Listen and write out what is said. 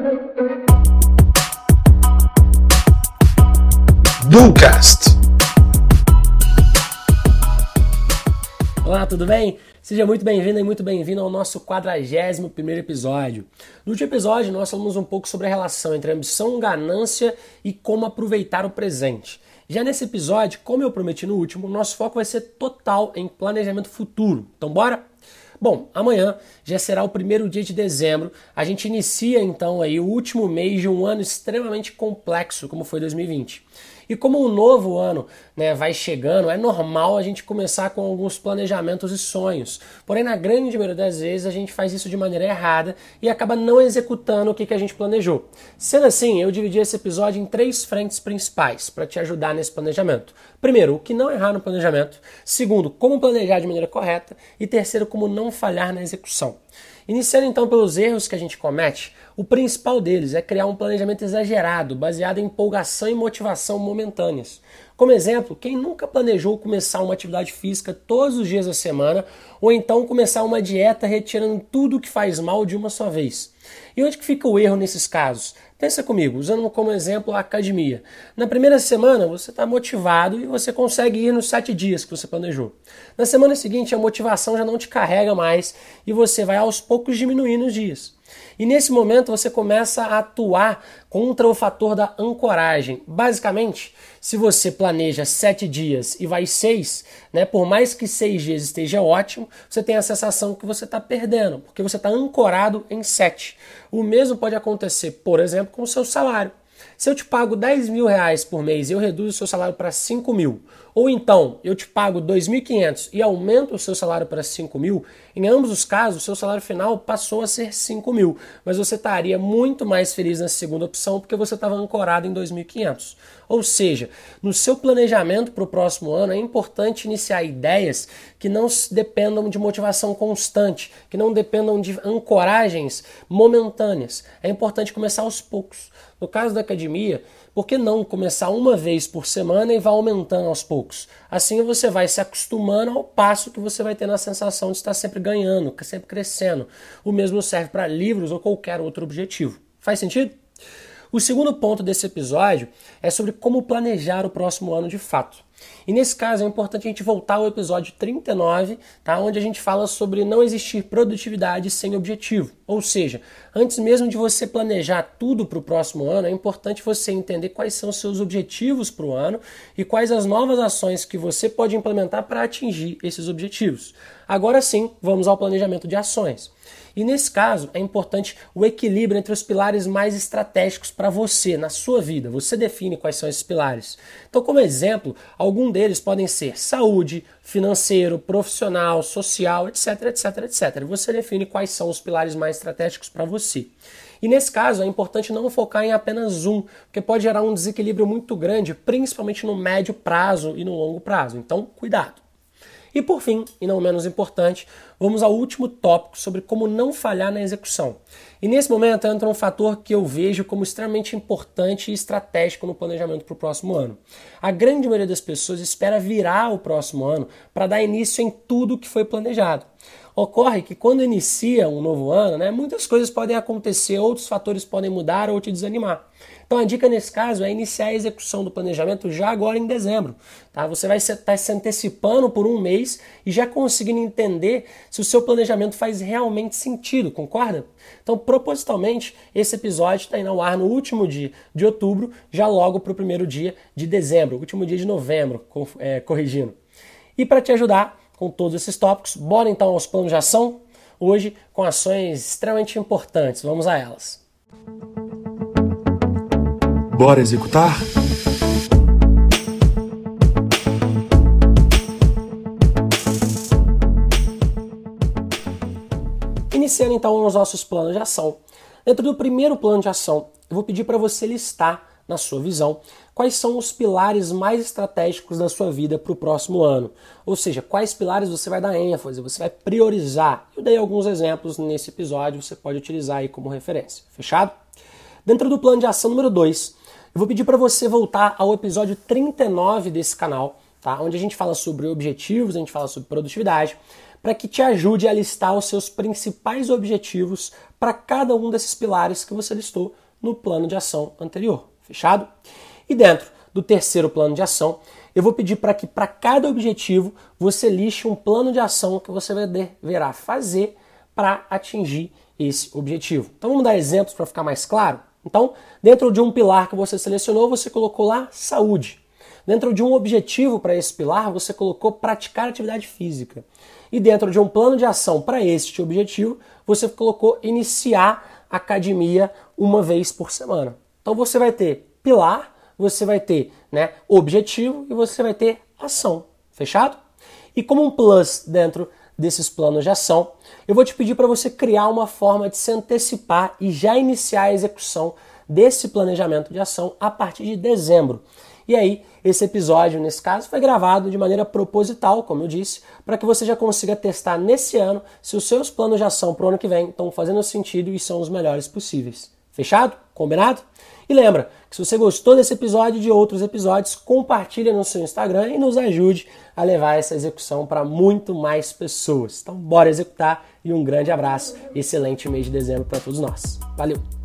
Ducast. Olá, tudo bem? Seja muito bem-vindo e muito bem-vindo ao nosso 41º episódio. No último episódio, nós falamos um pouco sobre a relação entre ambição, ganância e como aproveitar o presente. Já nesse episódio, como eu prometi no último, nosso foco vai ser total em planejamento futuro. Então, bora? Bom, amanhã já será o primeiro dia de dezembro. A gente inicia então aí o último mês de um ano extremamente complexo, como foi 2020. E como o novo ano, vai chegando, é normal a gente começar com alguns planejamentos e sonhos. Porém, na grande maioria das vezes, a gente faz isso de maneira errada e acaba não executando o que a gente planejou. Sendo assim, eu dividi esse episódio em 3 frentes principais para te ajudar nesse planejamento. Primeiro, o que não errar no planejamento. Segundo, como planejar de maneira correta. E terceiro, como não falhar na execução. Iniciando então pelos erros que a gente comete, o principal deles é criar um planejamento exagerado, baseado em empolgação e motivação momentâneas. Como exemplo, quem nunca planejou começar uma atividade física todos os dias da semana, ou então começar uma dieta retirando tudo que faz mal de uma só vez. E onde que fica o erro nesses casos? Pensa comigo, usando como exemplo a academia. Na primeira semana você está motivado e você consegue ir nos 7 dias que você planejou. Na semana seguinte a motivação já não te carrega mais e você vai aos poucos diminuindo os dias. E nesse momento você começa a atuar contra o fator da ancoragem. Basicamente, se você planeja 7 dias e vai 6, por mais que 6 dias esteja ótimo, você tem a sensação que você está perdendo, porque você está ancorado em 7. O mesmo pode acontecer, por exemplo, com o seu salário. Se eu te pago 10 mil reais por mês e eu reduzo o seu salário para 5 mil, ou então eu te pago 2.500 e aumento o seu salário para 5 mil, em ambos os casos o seu salário final passou a ser 5 mil, mas você estaria muito mais feliz na segunda opção porque você estava ancorado em 2.500. Ou seja, no seu planejamento para o próximo ano é importante iniciar ideias que não dependam de motivação constante, que não dependam de ancoragens momentâneas. É importante começar aos poucos. No caso da academia, por que não começar uma vez por semana e vai aumentando aos poucos? Assim você vai se acostumando ao passo que você vai tendo a sensação de estar sempre ganhando, sempre crescendo. O mesmo serve para livros ou qualquer outro objetivo. Faz sentido? O segundo ponto desse episódio é sobre como planejar o próximo ano de fato. E nesse caso é importante a gente voltar ao episódio 39, onde a gente fala sobre não existir produtividade sem objetivo. Ou seja, antes mesmo de você planejar tudo para o próximo ano, é importante você entender quais são os seus objetivos para o ano e quais as novas ações que você pode implementar para atingir esses objetivos. Agora sim, vamos ao planejamento de ações. E nesse caso, é importante o equilíbrio entre os pilares mais estratégicos para você, na sua vida. Você define quais são esses pilares. Então, como exemplo, alguns deles podem ser saúde, financeiro, profissional, social, etc, etc, etc. Você define quais são os pilares mais estratégicos para você. E nesse caso, é importante não focar em apenas um, porque pode gerar um desequilíbrio muito grande, principalmente no médio prazo e no longo prazo. Então, cuidado. E por fim, e não menos importante, vamos ao último tópico sobre como não falhar na execução. E nesse momento entra um fator que eu vejo como extremamente importante e estratégico no planejamento para o próximo ano. A grande maioria das pessoas espera virar o próximo ano para dar início em tudo que foi planejado. Ocorre que quando inicia um novo ano, muitas coisas podem acontecer, outros fatores podem mudar ou te desanimar. Então a dica nesse caso é iniciar a execução do planejamento já agora em dezembro. Você vai estar se antecipando por um mês e já conseguindo entender se o seu planejamento faz realmente sentido, concorda? Então propositalmente esse episódio está indo ao ar no último dia de outubro, já logo para o primeiro dia de dezembro, último dia de novembro, corrigindo. E para te ajudar com todos esses tópicos, bora então aos planos de ação, hoje com ações extremamente importantes. Vamos a elas. Bora executar? Iniciando então os nossos planos de ação. Dentro do primeiro plano de ação, eu vou pedir para você listar, na sua visão, quais são os pilares mais estratégicos da sua vida para o próximo ano. Ou seja, quais pilares você vai dar ênfase, você vai priorizar. Eu dei alguns exemplos nesse episódio, você pode utilizar aí como referência. Fechado? Dentro do plano de ação número 2, eu vou pedir para você voltar ao episódio 39 desse canal, onde a gente fala sobre objetivos, a gente fala sobre produtividade, para que te ajude a listar os seus principais objetivos para cada um desses pilares que você listou no plano de ação anterior. Fechado? E dentro do terceiro plano de ação, eu vou pedir para que para cada objetivo você liste um plano de ação que você deverá fazer para atingir esse objetivo. Então vamos dar exemplos para ficar mais claro? Então, dentro de um pilar que você selecionou, você colocou lá saúde. Dentro de um objetivo para esse pilar, você colocou praticar atividade física. E dentro de um plano de ação para este objetivo, você colocou iniciar academia uma vez por semana. Então você vai ter pilar, você vai ter objetivo e você vai ter ação. Fechado? E como um plus dentro desses planos de ação, eu vou te pedir para você criar uma forma de se antecipar e já iniciar a execução desse planejamento de ação a partir de dezembro. E aí, esse episódio, nesse caso, foi gravado de maneira proposital, como eu disse, para que você já consiga testar nesse ano se os seus planos de ação para o ano que vem estão fazendo sentido e são os melhores possíveis. Fechado? Combinado? E lembra que se você gostou desse episódio e de outros episódios, compartilha no seu Instagram e nos ajude a levar essa execução para muito mais pessoas. Então, bora executar e um grande abraço. Excelente mês de dezembro para todos nós. Valeu!